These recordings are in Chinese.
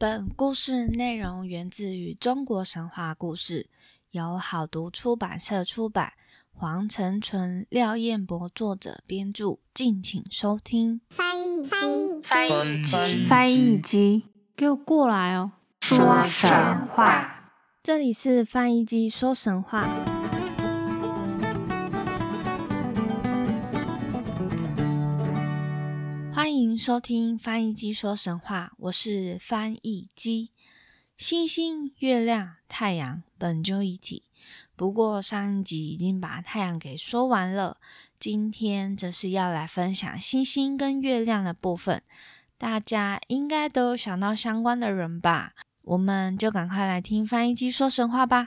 本故事内容源自于中国神话故事，由好读出版社出版，黄承纯、廖彦博作者编著，敬请收听。 翻译机，给我过来哦！ 说神话， 这里是翻译机说神话。欢迎收听翻译机说神话，我是翻译机。星星、月亮、太阳本就一体，不过上一集已经把太阳给说完了，今天则是要来分享星星跟月亮的部分。大家应该都有想到相关的人吧？我们就赶快来听翻译机说神话吧。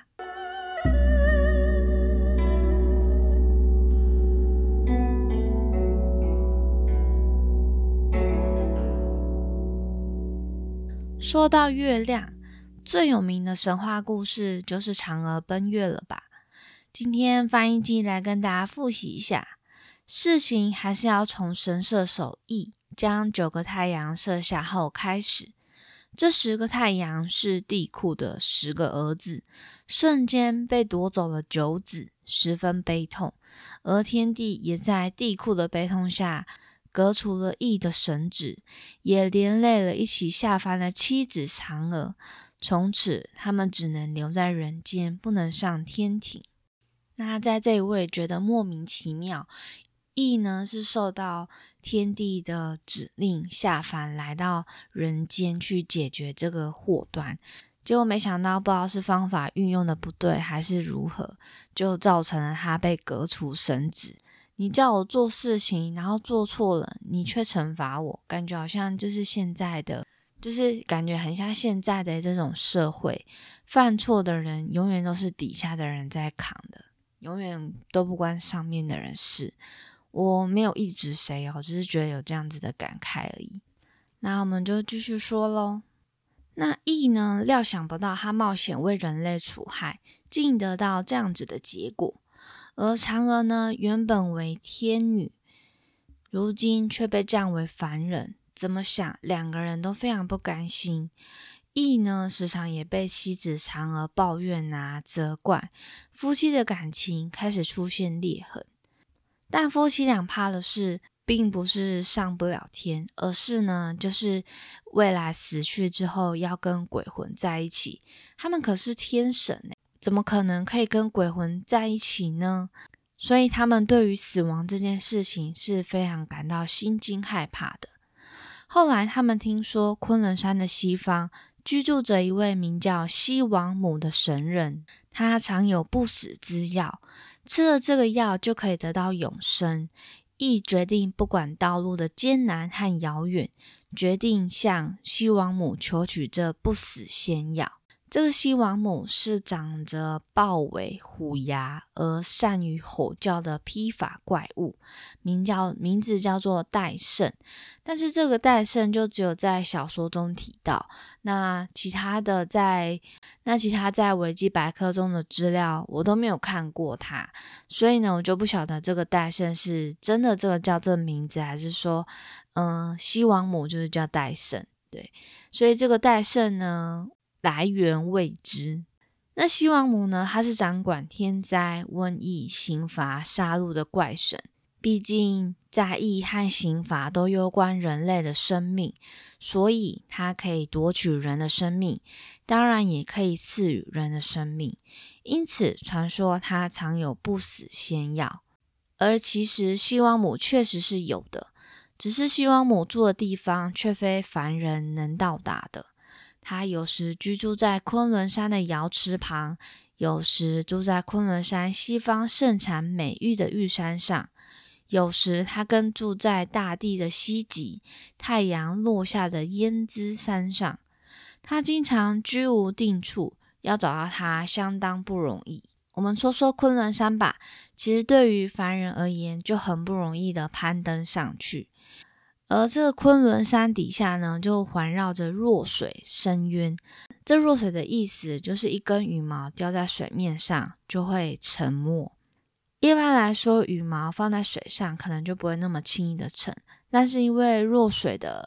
说到月亮，最有名的神话故事就是嫦娥奔月了吧？今天翻译机来跟大家复习一下，事情还是要从神射手羿将9个太阳射下后开始。这10个太阳是帝喾的10个儿子，瞬间被夺走了9子，十分悲痛。而天帝也在帝喾的悲痛下革除了羿的神旨，也连累了一起下凡的妻子嫦娥。从此他们只能留在人间，不能上天庭。那在这里我也觉得莫名其妙，羿呢是受到天帝的指令下凡来到人间去解决这个祸端，结果没想到不知道是方法运用的不对还是如何，就造成了他被革除神旨。你叫我做事情然后做错了，你却惩罚我，感觉好像就是现在的，就是感觉很像现在的这种社会，犯错的人永远都是底下的人在扛的，永远都不关上面的人事。我没有抑制谁哦，只是觉得有这样子的感慨而已。那我们就继续说咯。那羿呢，料想不到他冒险为人类除害，竟得到这样子的结果。而嫦娥呢，原本为天女，如今却被降为凡人，怎么想2个人都非常不甘心。羿呢，时常也被妻子嫦娥抱怨责怪，夫妻的感情开始出现裂痕。但夫妻俩怕的是并不是上不了天，而是呢，就是未来死去之后要跟鬼魂在一起。他们可是天神耶，怎么可能可以跟鬼魂在一起呢？所以他们对于死亡这件事情是非常感到心惊害怕的。后来他们听说昆仑山的西方居住着一位名叫西王母的神人，他常有不死之药，吃了这个药就可以得到永生。羿决定不管道路的艰难和遥远，决定向西王母求取这不死仙药。这个西王母是长着豹尾虎牙而善于吼叫的披发怪物，名字叫做戴胜。但是这个戴胜就只有在小说中提到，那其他在维基百科中的资料我都没有看过他，所以呢我就不晓得这个戴胜是真的这个叫这个名字，还是说西王母就是叫戴胜。对，所以这个戴胜呢来源未知。那西王母呢，她是掌管天灾、瘟疫、刑罚、杀戮的怪神。毕竟灾疫和刑罚都攸关人类的生命，所以她可以夺取人的生命，当然也可以赐予人的生命。因此传说她藏有不死仙药。而其实西王母确实是有的，只是西王母住的地方却非凡人能到达的。他有时居住在昆仑山的瑶池旁，有时住在昆仑山西方盛产美玉的玉山上，有时他更住在大地的西极，太阳落下的胭脂山上。他经常居无定处，要找到他相当不容易。我们说说昆仑山吧，其实对于凡人而言就很不容易的攀登上去。而这个昆仑山底下呢，就环绕着弱水深渊。这弱水的意思就是一根羽毛掉在水面上就会沉没。一般来说，羽毛放在水上可能就不会那么轻易的沉，但是因为弱水的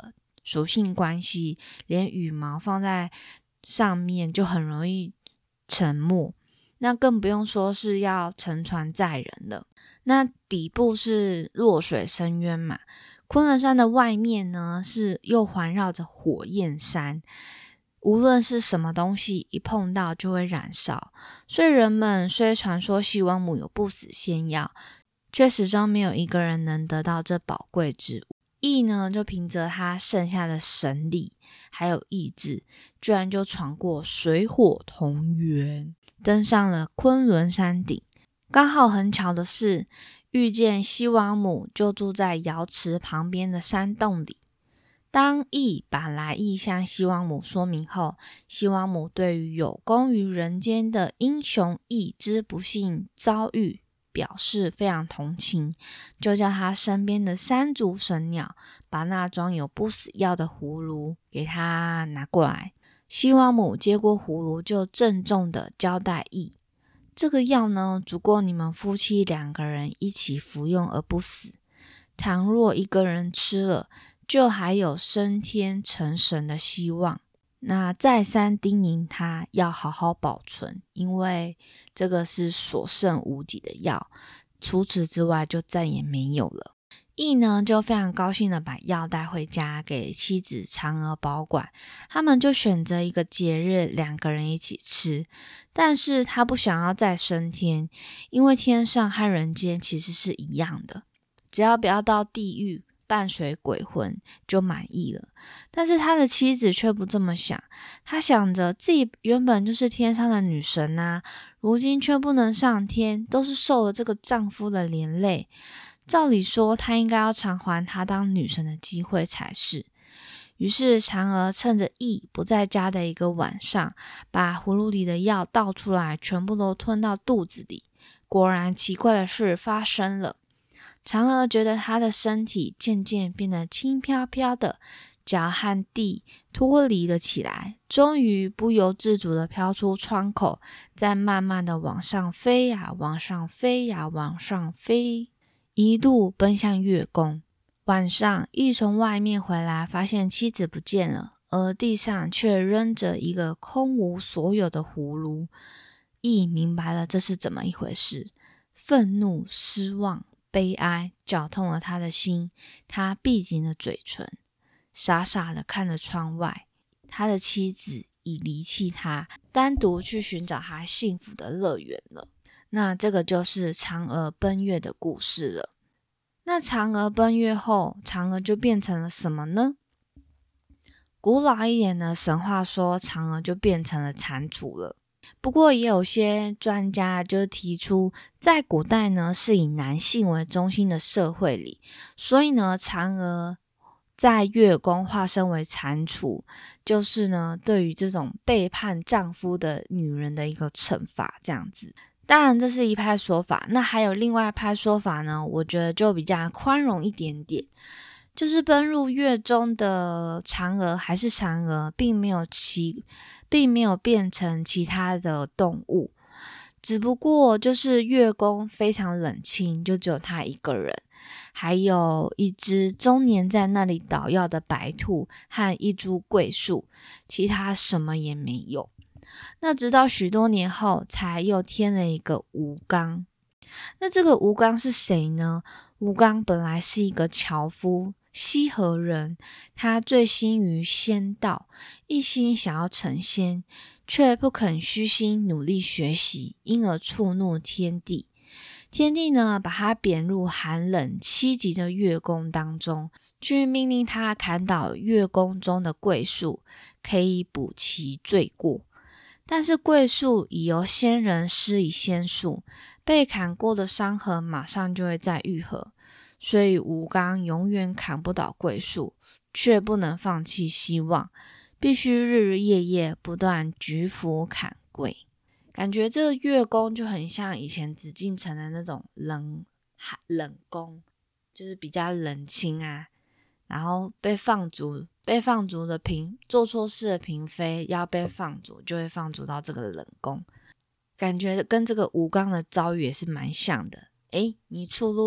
属性关系，连羽毛放在上面就很容易沉没，那更不用说是要乘船载人了。那底部是弱水深渊嘛，昆仑山的外面呢是又环绕着火焰山，无论是什么东西一碰到就会燃烧，所以人们虽传说西王母有不死仙药，却始终没有一个人能得到这宝贵之物。羿呢就凭着他剩下的神力还有意志，居然就闯过水火同源，登上了昆仑山顶。刚好很巧的是，遇见西王母就住在瑶池旁边的山洞里。当羿把来意向西王母说明后，西王母对于有功于人间的英雄羿之不幸遭遇表示非常同情，就叫他身边的三足神鸟把那装有不死药的葫芦给他拿过来。西王母接过葫芦，就郑重地交代羿，这个药呢，足够你们夫妻2个人一起服用而不死。倘若一个人吃了，就还有升天成神的希望。那再三叮咛他要好好保存，因为这个是所剩无几的药，除此之外就再也没有了。羿呢就非常高兴的把药带回家给妻子嫦娥保管，他们就选择一个节日2个人一起吃。但是他不想要再升天，因为天上和人间其实是一样的，只要不要到地狱伴随鬼魂就满意了。但是他的妻子却不这么想，他想着自己原本就是天上的女神啊，如今却不能上天，都是受了这个丈夫的连累。照理说她应该要偿还她当女神的机会才是。于是嫦娥趁着羿不在家的一个晚上，把葫芦里的药倒出来，全部都吞到肚子里。果然奇怪的事发生了，嫦娥觉得她的身体渐渐变得轻飘飘的，脚和地脱离了起来，终于不由自主地飘出窗口，再慢慢地往上飞呀，往上飞呀，往上飞，一路奔向月宫。晚上，羿从外面回来，发现妻子不见了，而地上却扔着一个空无所有的葫芦。羿明白了这是怎么一回事，愤怒、失望、悲哀绞痛了他的心，他闭紧了嘴唇，傻傻的看着窗外。他的妻子已离弃他，单独去寻找他幸福的乐园了。那这个就是嫦娥奔月的故事了。那嫦娥奔月后，嫦娥就变成了什么呢？古老一点的神话说，嫦娥就变成了蟾蜍了。不过也有些专家就提出，在古代呢是以男性为中心的社会里，所以呢嫦娥在月宫化身为蟾蜍，就是呢对于这种背叛丈夫的女人的一个惩罚这样子。当然这是一派说法，那还有另外一派说法呢，我觉得就比较宽容一点点，就是奔入月中的嫦娥还是嫦娥，并没有变成其他的动物，只不过就是月宫非常冷清，就只有她一个人，还有一只终年在那里捣药的白兔和一株桂树，其他什么也没有。那直到许多年后才又添了一个吴刚。那这个吴刚是谁呢？吴刚本来是一个樵夫，西河人，他醉心于仙道，一心想要成仙，却不肯虚心努力学习，因而触怒天帝。天帝呢，把他贬入寒冷7级的月宫当中，去命令他砍倒月宫中的桂树，可以补其罪过。但是桂树已由仙人施以仙术，被砍过的伤痕马上就会再愈合，所以吴刚永远砍不倒桂树，却不能放弃希望，必须日日夜夜不断举斧砍桂。感觉这个月宫就很像以前紫禁城的那种冷宫，就是比较冷清啊，然后被放逐的做错事的嫔妃要被放逐，就会放逐到这个冷宫，感觉跟这个吴刚的遭遇也是蛮像的。你触怒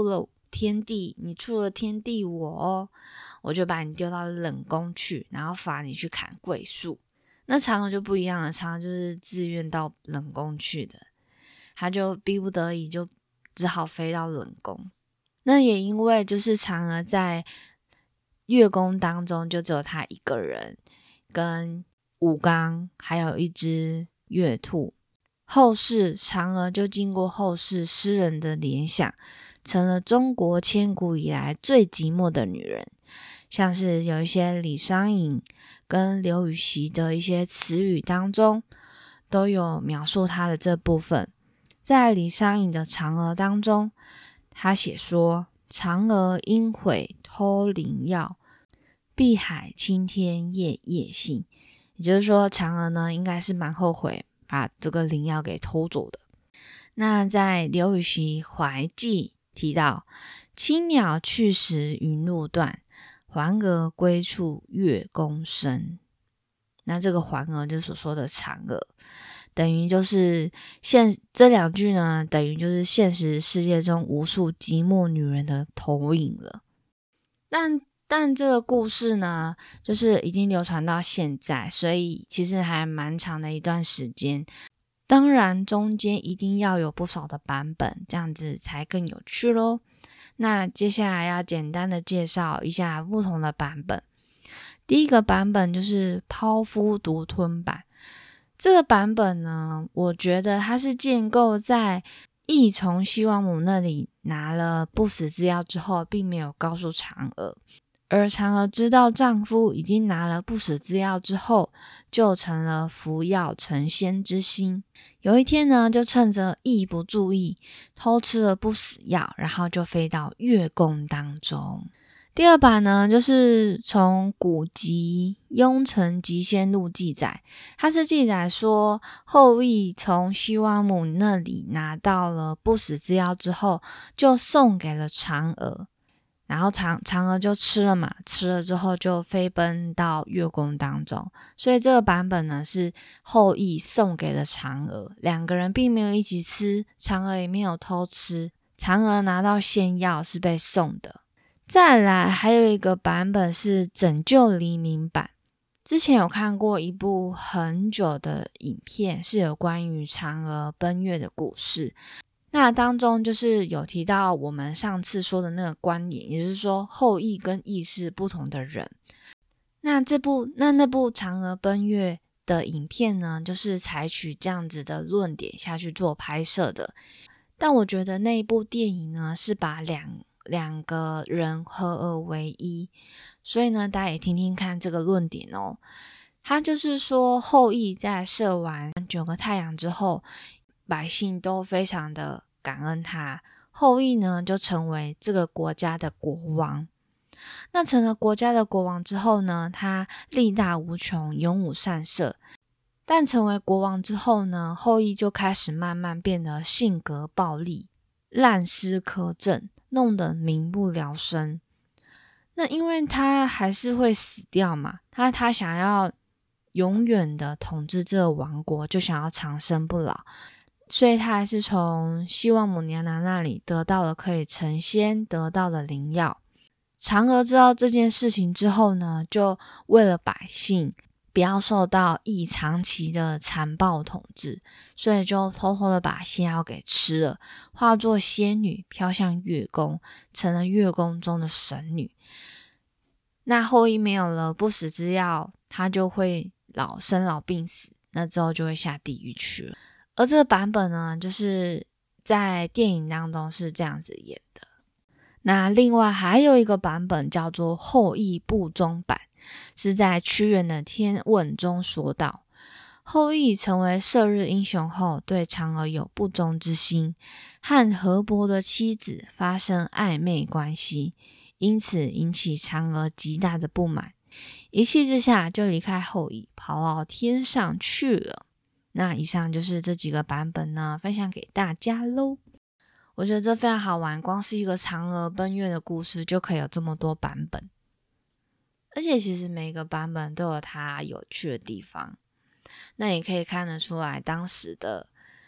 天地，你触了天地我就把你丢到冷宫去，然后罚你去砍桂树。那嫦娥就不一样了，嫦娥就是自愿到冷宫去的，他就逼不得已就只好飞到冷宫。那也因为就是嫦娥在月宫当中就只有他一个人，跟吴刚还有一只月兔。后世嫦娥就经过后世诗人的联想，成了中国千古以来最寂寞的女人。像是有一些李商隐跟刘禹锡的一些词语当中都有描述她的这部分。在李商隐的嫦娥当中，他写说，嫦娥应悔偷灵药，碧海青天夜夜信。也就是说，嫦娥呢应该是蛮后悔把这个灵药给偷走的。那在刘禹锡怀记提到，青鸟去时云路断，还娥归处月宫深。那这个还娥就是所说的嫦娥，等于就是这两句呢，等于就是现实世界中无数寂寞女人的投影了。但这个故事呢，就是已经流传到现在，所以其实还蛮长的一段时间。当然中间一定要有不少的版本，这样子才更有趣咯。那接下来要简单的介绍一下不同的版本。第一个版本就是剖腹独吞版。这个版本呢，我觉得它是建构在羿从西王母那里拿了不死之药之后，并没有告诉嫦娥，而嫦娥知道丈夫已经拿了不死之药之后，就成了服药成仙之心。有一天呢，就趁着羿不注意，偷吃了不死药，然后就飞到月宫当中。第二版呢，就是从古籍《雍城集仙录》记载，它是记载说，后羿从西王母那里拿到了不死之药之后，就送给了嫦娥，然后嫦娥就吃了嘛，吃了之后就飞奔到月宫当中。所以这个版本呢，是后羿送给了嫦娥，两个人并没有一起吃，嫦娥也没有偷吃，嫦娥拿到仙药是被送的。再来还有一个版本是拯救黎明版。之前有看过一部很久的影片，是有关于嫦娥奔月的故事。那当中就是有提到我们上次说的那个观点，也就是说后羿跟羿是不同的人。那部嫦娥奔月的影片呢，就是采取这样子的论点下去做拍摄的。但我觉得那一部电影呢，是把两个人合而为一，所以呢，大家也听听看这个论点哦。他就是说，后羿在射完9个太阳之后，百姓都非常的感恩他，后羿呢就成为这个国家的国王。那成了国家的国王之后呢，他力大无穷，勇武善射。但成为国王之后呢，后羿就开始慢慢变得性格暴戾，滥施苛政，弄得民不聊生。那因为他还是会死掉嘛，他想要永远的统治这个王国，就想要长生不老，所以他还是从西王母娘娘那里得到了可以成仙得到的灵药。嫦娥知道这件事情之后呢，就为了百姓不要受到羿长期的残暴统治，所以就偷偷的把仙药给吃了，化作仙女飘向月宫，成了月宫中的神女。那后羿没有了不死之药，他就会生老病死，那之后就会下地狱去了。而这个版本呢，就是在电影当中是这样子演的。那另外还有一个版本叫做后羿不忠版，是在屈原的《天问》中说道，后羿成为射日英雄后，对嫦娥有不忠之心，和河伯的妻子发生暧昧关系，因此引起嫦娥极大的不满，一气之下就离开后羿，跑到天上去了。那以上就是这几个版本呢，分享给大家咯。我觉得这非常好玩，光是一个嫦娥奔月的故事就可以有这么多版本，而且其实每个版本都有它有趣的地方。那也可以看得出来当时的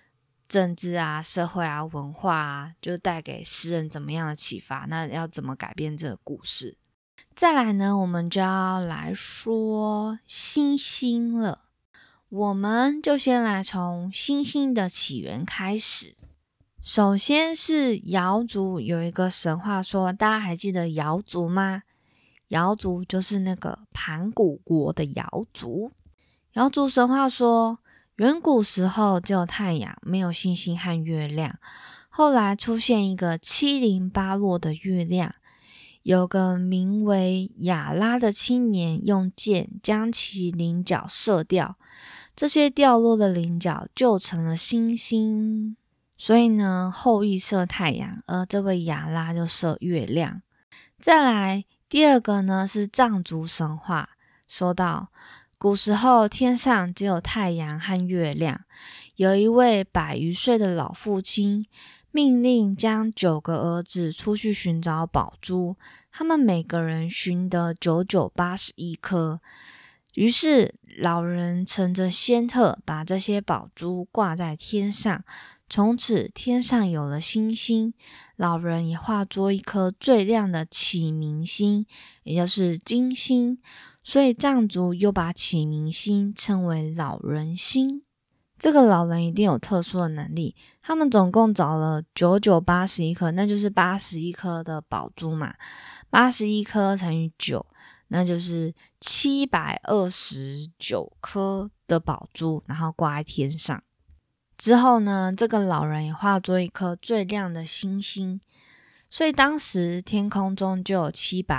政治啊、社会啊、文化啊，就带给诗人怎么样的启发，那要怎么改变这个故事。再来呢，我们就要来说星星了。我们就先来从星星的起源开始。首先是瑶族，有一个神话说，大家还记得瑶族吗？瑶族就是那个盘古国的瑶族。瑶族神话说，远古时候只有太阳，没有星星和月亮。后来出现一个七零八落的月亮，有个名为亚拉的青年用箭将其棱角射掉，这些掉落的棱角就成了星星。所以呢，后羿射太阳，而这位亚拉就射月亮。再来第二个呢，是藏族神话，说到古时候天上只有太阳和月亮，有一位100余岁的老父亲命令将9个儿子出去寻找宝珠，他们每个人寻得9981颗。于是老人乘着仙鹤把这些宝珠挂在天上，从此天上有了星星，老人也化作一颗最亮的启明星，也就是金星，所以藏族又把启明星称为老人星。这个老人一定有特殊的能力，他们总共找了9981颗，那就是81颗的宝珠嘛，81颗乘以9，那就是729颗的宝珠，然后挂在天上。之后呢，这个老人也化作一颗最亮的星星，所以当时天空中就有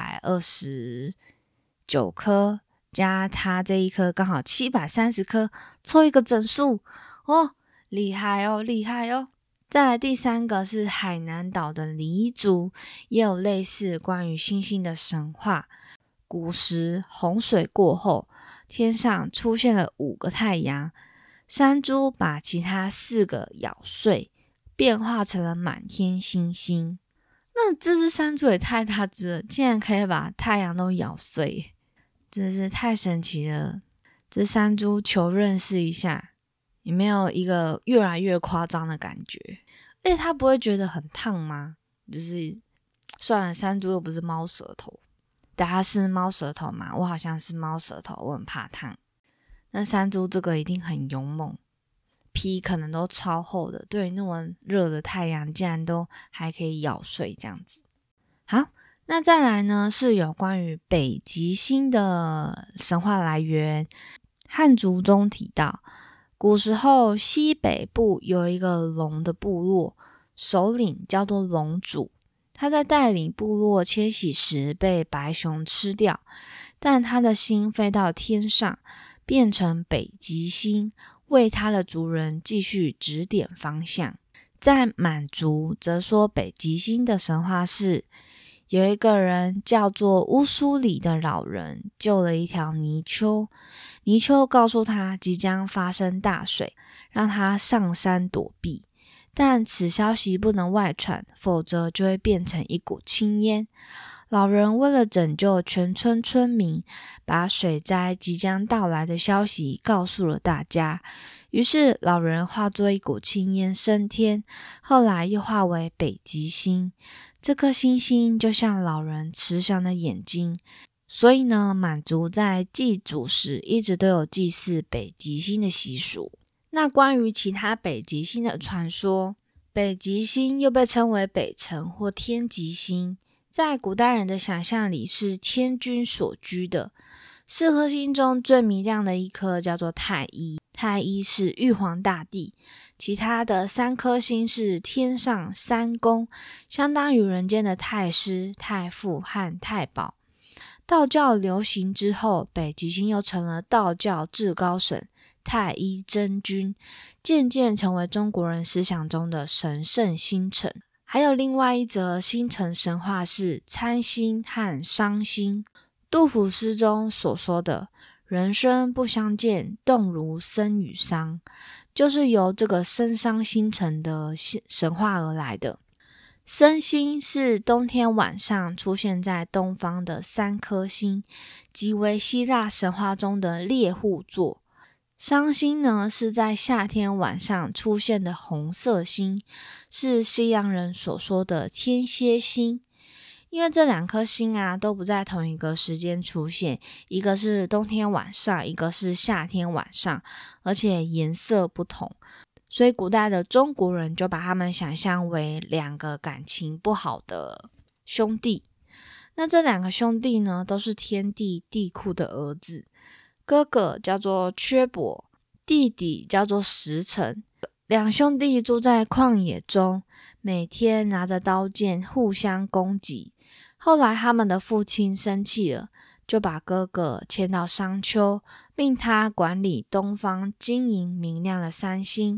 729颗，加他这一颗刚好730颗，凑一个整数哦，厉害哦，厉害哦！再来第三个是海南岛的黎族，也有类似关于星星的神话。古时洪水过后，天上出现了5个太阳，山猪把其他4个咬碎，变化成了满天星星。那这只山猪也太大只了，竟然可以把太阳都咬碎，真是太神奇了。这山猪求认识一下，有没有一个越来越夸张的感觉？而且它不会觉得很烫吗？就是算了，山猪又不是猫舌头。大家是猫舌头吗？我好像是猫舌头，我很怕烫。那山猪这个一定很勇猛，皮可能都超厚的，对于那么热的太阳竟然都还可以咬碎这样子。好，那再来呢，是有关于北极星的神话来源。汉族中提到，古时候西北部有一个龙的部落，首领叫做龙主，他在带领部落迁徙时被白熊吃掉，但他的心飞到天上，变成北极星，为他的族人继续指点方向。在满族则说北极星的神话是，有一个人叫做乌苏里的老人救了一条泥鳅，泥鳅告诉他即将发生大水，让他上山躲避，但此消息不能外传，否则就会变成一股青烟。老人为了拯救全村村民，把水灾即将到来的消息告诉了大家。于是老人化作一股青烟升天，后来又化为北极星。这颗星星就像老人慈祥的眼睛，所以呢，满族在祭祖时一直都有祭祀北极星的习俗。那关于其他北极星的传说，北极星又被称为北辰或天极星，在古代人的想象里是天君所居的。4颗星中最明亮的一颗叫做太一，太一是玉皇大帝，其他的3颗星是天上3宫，相当于人间的太师、太傅和太保。道教流行之后，北极星又成了道教至高神太一真君，渐渐成为中国人思想中的神圣星辰。还有另外一则星辰神话是参星和商星。杜甫诗中所说的人生不相见，动如参与商，就是由这个参商星辰的神话而来的。参星是冬天晚上出现在东方的3颗星，即为希腊神话中的猎户座。 商星呢是在夏天晚上出现的红色星，是西洋人所说的天蝎星。因为这两颗星啊都不在同一个时间出现，一个是冬天晚上，一个是夏天晚上，而且颜色不同，所以古代的中国人就把他们想象为两个感情不好的兄弟。那这两个兄弟呢都是天帝帝喾的儿子，哥哥叫做缺伯，弟弟叫做时辰。两兄弟住在旷野中，每天拿着刀剑互相攻击。后来他们的父亲生气了，就把哥哥迁到商丘，命他管理东方晶莹明亮的三星。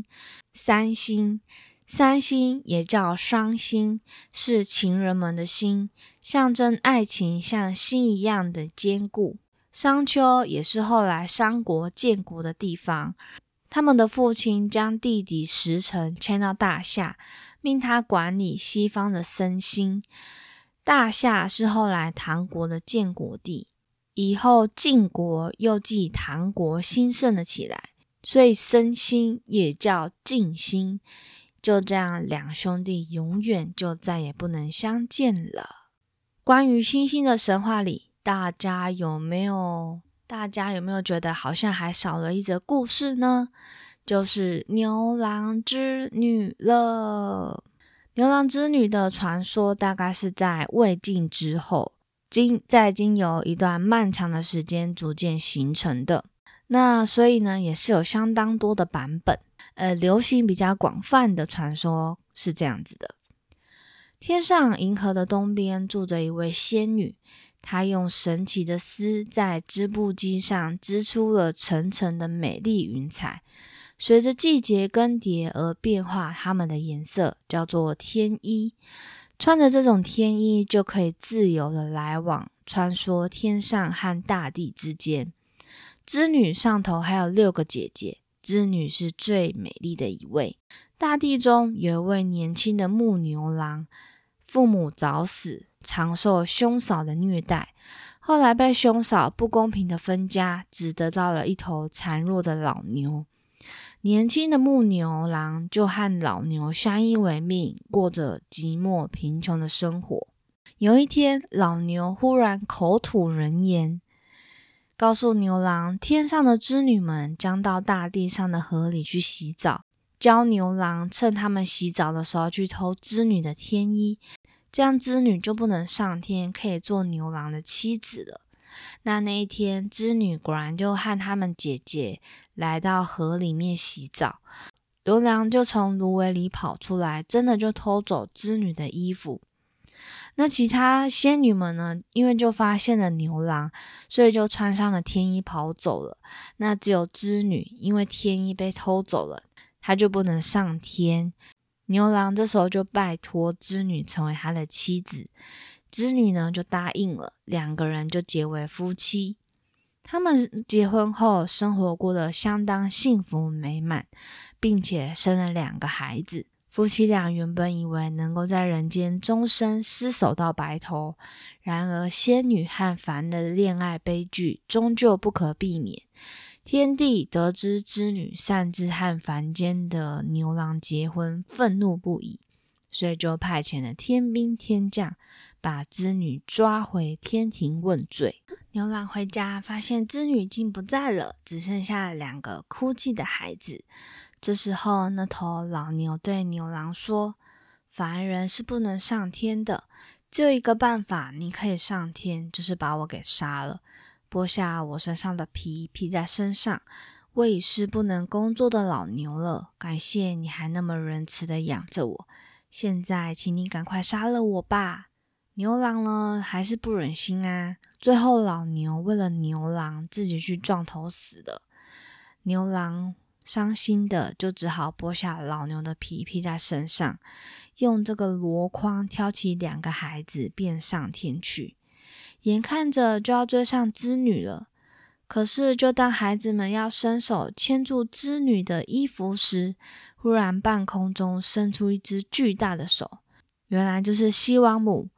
三星也叫商星，是情人们的星，象征爱情像星一样的坚固。商丘也是后来商国建国的地方。他们的父亲将弟弟时辰迁到大夏，命他管理西方的申星。大夏是后来唐国的建国地，以后晋国又继唐国兴盛了起来，所以申星也叫晋星。就这样，两兄弟永远就再也不能相见了。关于星星的神话里，大家有没有觉得好像还少了一则故事呢？就是牛郎织女了。牛郎织女的传说大概是在魏晋之后，在经由一段漫长的时间逐渐形成的。那所以呢，也是有相当多的版本。流行比较广泛的传说是这样子的：天上银河的东边住着一位仙女，她用神奇的丝在织布机上织出了层层的美丽云彩，随着季节更迭而变化它们的颜色，叫做天衣。穿着这种天衣就可以自由的来往，穿梭天上和大地之间。织女上头还有6个姐姐，织女是最美丽的一位。大地中有一位年轻的牧牛郎，父母早死，常受兄嫂的虐待，后来被兄嫂不公平的分家，只得到了一头孱弱的老牛。年轻的牧牛郎就和老牛相依为命，过着寂寞贫穷的生活。有一天，老牛忽然口吐人言，告诉牛郎，天上的织女们将到大地上的河里去洗澡，教牛郎趁他们洗澡的时候去偷织女的天衣，这样织女就不能上天，可以做牛郎的妻子了。那一天，织女果然就和他们姐姐来到河里面洗澡，牛郎就从芦苇里跑出来，真的就偷走织女的衣服。那其他仙女们呢，因为就发现了牛郎，所以就穿上了天衣跑走了。那只有织女，因为天衣被偷走了，她就不能上天。牛郎这时候就拜托织女成为他的妻子，织女呢就答应了，2个人就结为夫妻。他们结婚后生活过得相当幸福美满，并且生了2个孩子。夫妻俩原本以为能够在人间终身厮守到白头，然而仙女和凡人的恋爱悲剧终究不可避免。天帝得知织女擅自和凡间的牛郎结婚，愤怒不已，所以就派遣了天兵天将，把织女抓回天庭问罪。牛郎回家发现织女已经不在了，只剩下2个哭泣的孩子。这时候，那头老牛对牛郎说，凡人是不能上天的，只有一个办法你可以上天，就是把我给杀了，剥下我身上的皮，披在身上。我已是不能工作的老牛了，感谢你还那么仁慈的养着我，现在请你赶快杀了我吧。牛郎呢还是不忍心啊，最后老牛为了牛郎自己去撞头死了。牛郎伤心的就只好剥下老牛的皮披在身上，用这个箩筐挑起2个孩子便上天去。眼看着就要追上织女了，可是就当孩子们要伸手牵住织女的衣服时，忽然半空中伸出一只巨大的手，原来就是西王母。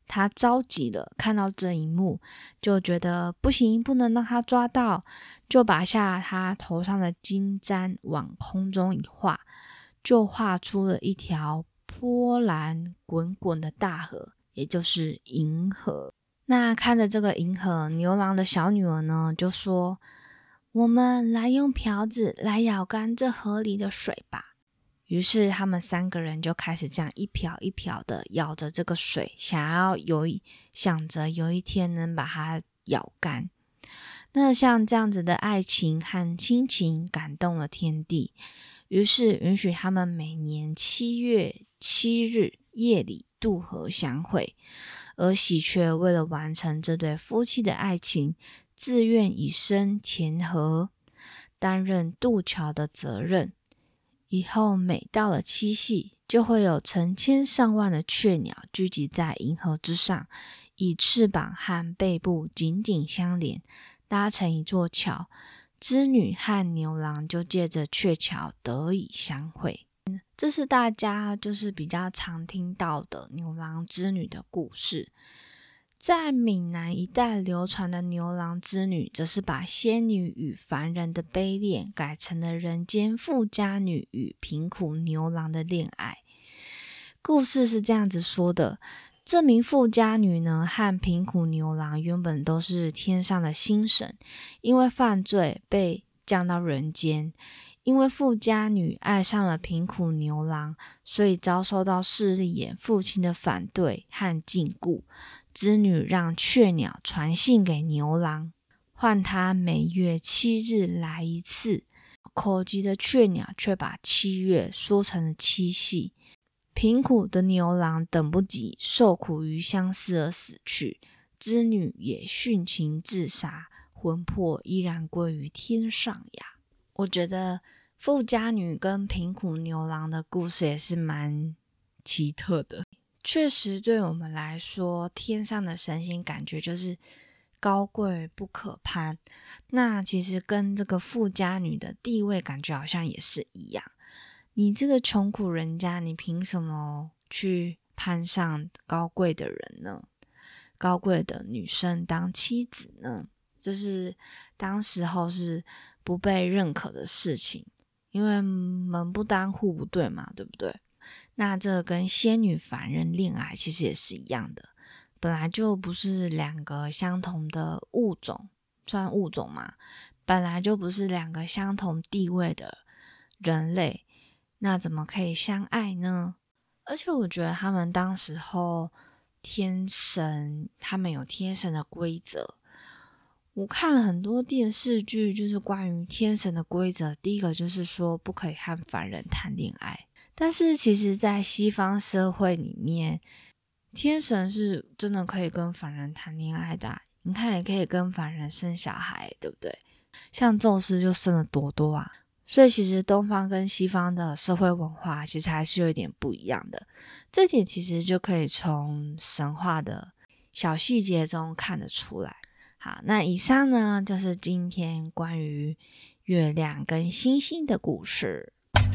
他着急了，看到这一幕就觉得不行，不能让他抓到，就拔下他头上的金簪往空中一画，就画出了一条波澜滚滚的大河，也就是银河。那看着这个银河，牛郎的小女儿呢就说，我们来用瓢子来舀干这河里的水吧。于是他们3个人就开始这样一瓢一瓢的舀着这个水，想着有一天能把它舀干。那像这样子的爱情和亲情感动了天地，于是允许他们每年7月7日夜里渡河相会，而喜鹊为了完成这对夫妻的爱情，自愿以身填河，担任渡桥的责任。以后每到了七夕，就会有成千上万的雀鸟聚集在银河之上，以翅膀和背部紧紧相连，搭成一座桥，织女和牛郎就借着鹊桥得以相会。这是大家就是比较常听到的牛郎织女的故事。在闽南一带流传的牛郎织女，则是把仙女与凡人的悲恋改成了人间富家女与贫苦牛郎的恋爱。故事是这样子说的，这名富家女呢和贫苦牛郎原本都是天上的星神，因为犯罪被降到人间。因为富家女爱上了贫苦牛郎，所以遭受到势利眼父亲的反对和禁锢。织女让雀鸟传信给牛郎，换他每月7日来一次。口急的雀鸟却把7月说成了7夕。贫苦的牛郎等不及，受苦于相思而死去。织女也殉情自杀，魂魄依然归于天上呀。我觉得富家女跟贫苦牛郎的故事也是蛮奇特的。确实对我们来说，天上的神仙感觉就是高贵不可攀，那其实跟这个富家女的地位感觉好像也是一样。你这个穷苦人家，你凭什么去攀上高贵的人呢？高贵的女生当妻子呢？这是当时候是不被认可的事情，因为门不当户不对嘛，对不对？那这跟仙女凡人恋爱其实也是一样的，本来就不是两个相同的物种，算物种嘛，本来就不是两个相同地位的人类，那怎么可以相爱呢？而且我觉得他们当时候他们有天神的规则。我看了很多电视剧，就是关于天神的规则，第一个就是说不可以和凡人谈恋爱。但是其实在西方社会里面，天神是真的可以跟凡人谈恋爱的啊，你看也可以跟凡人生小孩，对不对？像宙斯就生了多多啊。所以其实东方跟西方的社会文化其实还是有一点不一样的，这点其实就可以从神话的小细节中看得出来。好，那以上呢就是今天关于月亮跟星星的故事。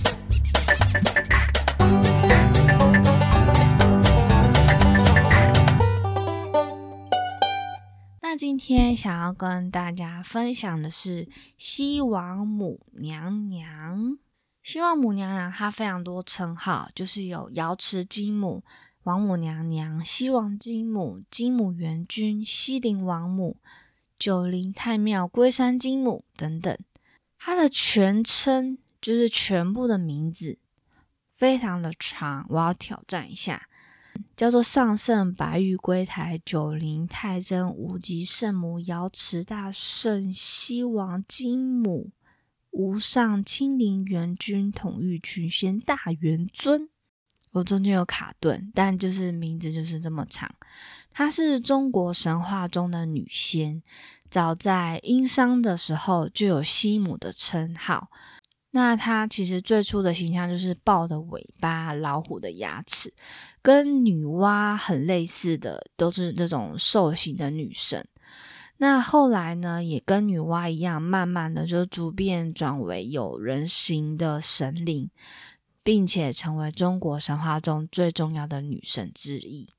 那今天想要跟大家分享的是西王母娘娘。西王母娘娘她非常多称号，就是有瑶池金母、王母娘娘、西王金母、金母元君、西陵王母、九灵太庙龟山金母等等。她的全称就是全部的名字非常的长，我要挑战一下，叫做上圣白玉龟台九灵太真无极圣母瑶池大圣西王金母无上清灵元君统御群仙大元尊。我中间有卡顿，但就是名字就是这么长。她是中国神话中的女仙，早在殷商的时候就有西母的称号。那她其实最初的形象就是豹的尾巴、老虎的牙齿，跟女娲很类似的，都是这种兽形的女神。那后来呢，也跟女娲一样，慢慢的就逐渐转为有人形的神灵，并且成为中国神话中最重要的女神之一。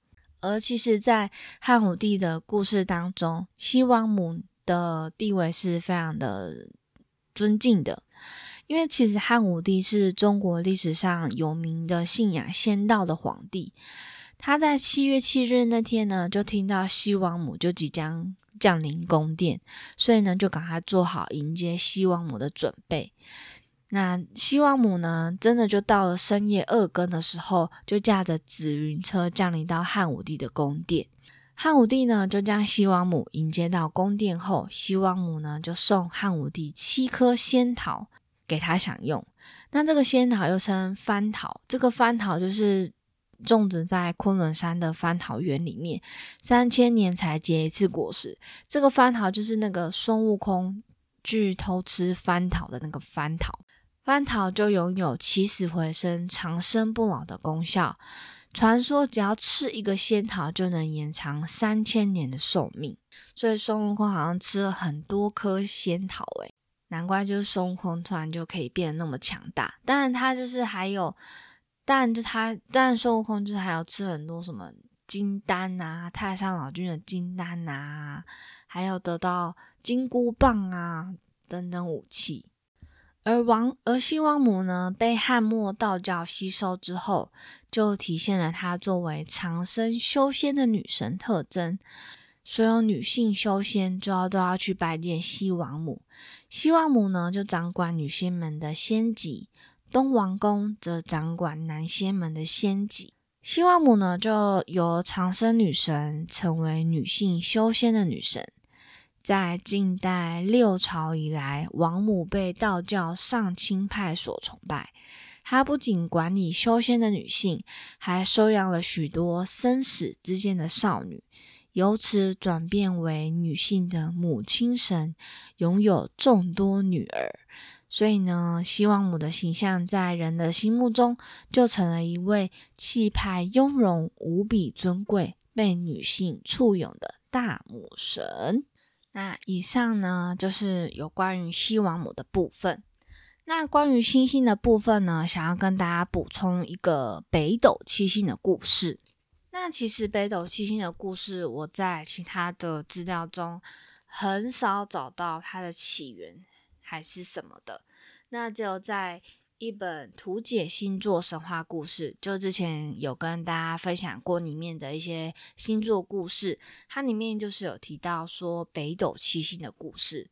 而其实在汉武帝的故事当中，西王母的地位是非常的尊敬的，因为其实汉武帝是中国历史上有名的信仰仙道的皇帝。他在7月7日那天呢，就听到西王母就即将降临宫殿，所以呢就赶快做好迎接西王母的准备。那西王母呢，真的就到了深夜2更的时候，就驾着紫云车降临到汉武帝的宫殿。汉武帝呢，就将西王母迎接到宫殿后，西王母呢就送汉武帝7颗仙桃给他享用。那这个仙桃又称番桃，这个番桃就是种植在昆仑山的番桃园里面，3000年才结一次果实。这个番桃就是那个孙悟空去偷吃番桃的那个番桃。番桃就拥有起死回生、长生不老的功效。传说只要吃一个仙桃就能延长3000年的寿命，所以孙悟空好像吃了很多颗仙桃诶，难怪就是孙悟空突然就可以变得那么强大。当然他就是还有，当然孙悟空就是还有吃很多什么金丹啊，太上老君的金丹啊，还有得到金箍棒啊等等武器。而西王母呢，被汉末道教吸收之后，就体现了她作为长生修仙的女神特征。所有女性修仙都要去拜见西王母。西王母呢，就掌管女仙们的仙籍，东王公则掌管男仙们的仙籍。西王母呢，就由长生女神成为女性修仙的女神。在近代6朝以来，王母被道教上清派所崇拜。她不仅管理修仙的女性，还收养了许多生死之间的少女，由此转变为女性的母亲神，拥有众多女儿。所以呢，西王母的形象在人的心目中就成了一位气派雍容、无比尊贵、被女性簇拥的大母神。那以上呢，就是有关于西王母的部分。那关于星星的部分呢，想要跟大家补充一个北斗七星的故事。那其实北斗七星的故事，我在其他的资料中很少找到它的起源还是什么的。那只有在一本图解星座神话故事，就之前有跟大家分享过里面的一些星座故事，它里面就是有提到说北斗七星的故事。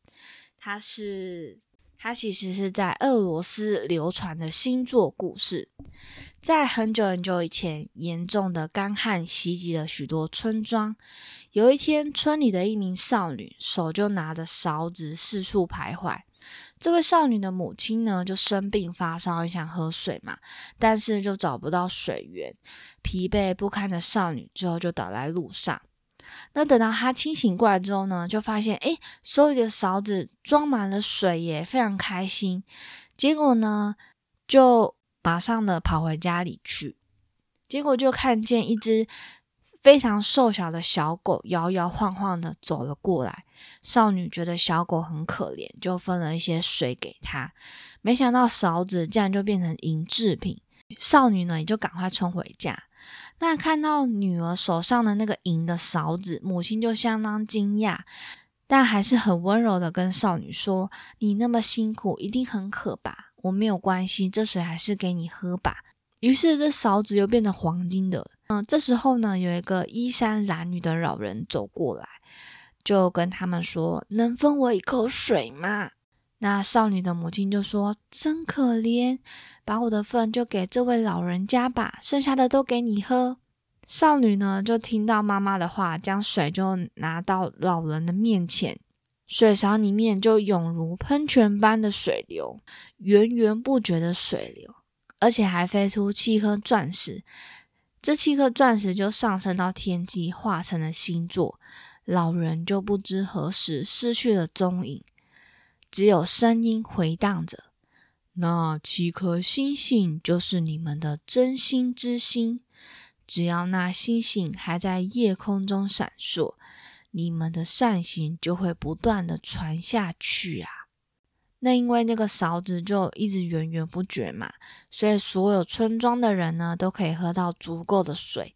它其实是在俄罗斯流传的星座故事。在很久很久以前，严重的干旱袭击了许多村庄。有一天，村里的一名少女手就拿着勺子四处徘徊。这位少女的母亲呢，就生病发烧，很想喝水嘛，但是就找不到水源。疲惫不堪的少女之后就倒在路上。那等到她清醒过来之后呢，就发现手里的勺子装满了水耶，非常开心。结果呢，就马上的跑回家里去。结果就看见一只非常瘦小的小狗摇摇晃晃的走了过来。少女觉得小狗很可怜，就分了一些水给它。没想到勺子竟然就变成银制品。少女呢，也就赶快冲回家。那看到女儿手上的那个银的勺子，母亲就相当惊讶，但还是很温柔的跟少女说：“你那么辛苦，一定很渴吧？我没有关系，这水还是给你喝吧。”于是这勺子又变成黄金的。这时候呢，有一个衣衫褴褛的老人走过来，就跟他们说：“能分我一口水吗？”那少女的母亲就说：“真可怜，把我的份就给这位老人家吧，剩下的都给你喝。”少女呢，就听到妈妈的话，将水就拿到老人的面前。水勺里面就涌如喷泉般的水流，源源不绝的水流，而且还飞出7颗钻石。这7颗钻石就上升到天际，化成了星座。老人就不知何时失去了踪影，只有声音回荡着：“那7颗星星就是你们的真心之星，只要那星星还在夜空中闪烁，你们的善行就会不断的传下去啊。”那因为那个勺子就一直源源不绝嘛，所以所有村庄的人呢都可以喝到足够的水。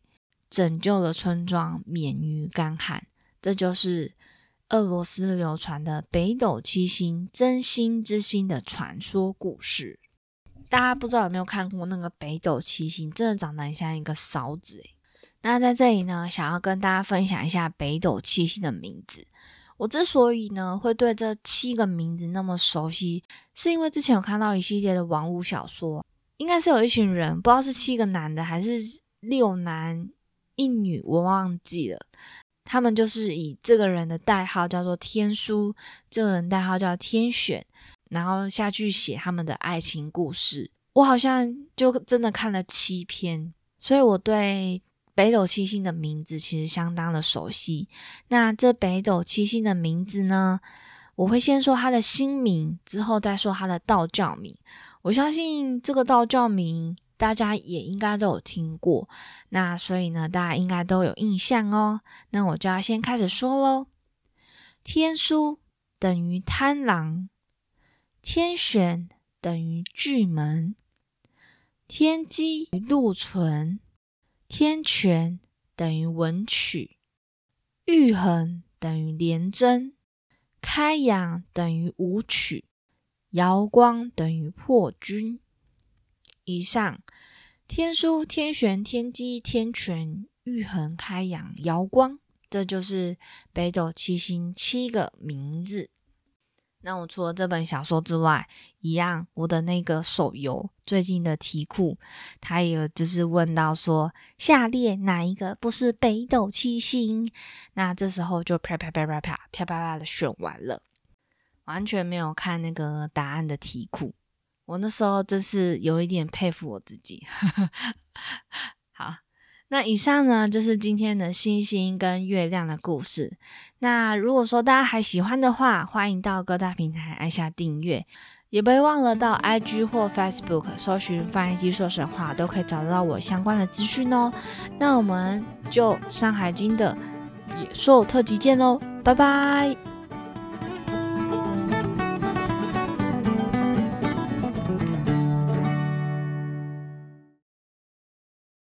拯救了村庄免于干旱。这就是俄罗斯流传的北斗七星真心之星的传说故事。大家不知道有没有看过那个北斗七星，真的长得很像一个勺子耶。那在这里呢，想要跟大家分享一下北斗七星的名字。我之所以呢会对这7个名字那么熟悉，是因为之前有看到一系列的网络小说，应该是有一群人，不知道是7个男的还是6男1女，我忘记了。他们就是以这个人的代号叫做天书，这个人代号叫天选，然后下去写他们的爱情故事。我好像就真的看了7篇，所以我对北斗七星的名字其实相当的熟悉。那这北斗七星的名字呢，我会先说他的新名，之后再说他的道教名。我相信这个道教名大家也应该都有听过，那所以呢，大家应该都有印象哦。那我就要先开始说咯。天书等于贪狼，天选等于巨门，天机与禄存，天权等于文曲，玉衡等于廉贞，开阳等于武曲，瑶光等于破军。以上天书、天选、天机、天权、玉衡、开阳、瑶光，这就是北斗七星7个名字。那我除了这本小说之外，一样我的那个手游最近的题库，它也有就是问到说下列哪一个不是北斗七星，那这时候就啪啪啪啪啪啪啪啪的选完了，完全没有看那个答案的题库。我那时候真是有一点佩服我自己。好，那以上呢就是今天的星星跟月亮的故事。那如果说大家还喜欢的话，欢迎到各大平台按下订阅，也不要忘了到 IG 或 Facebook 搜寻翻译机说神话，都可以找到我相关的资讯哦。那我们就山海经的野兽特辑见咯，拜拜。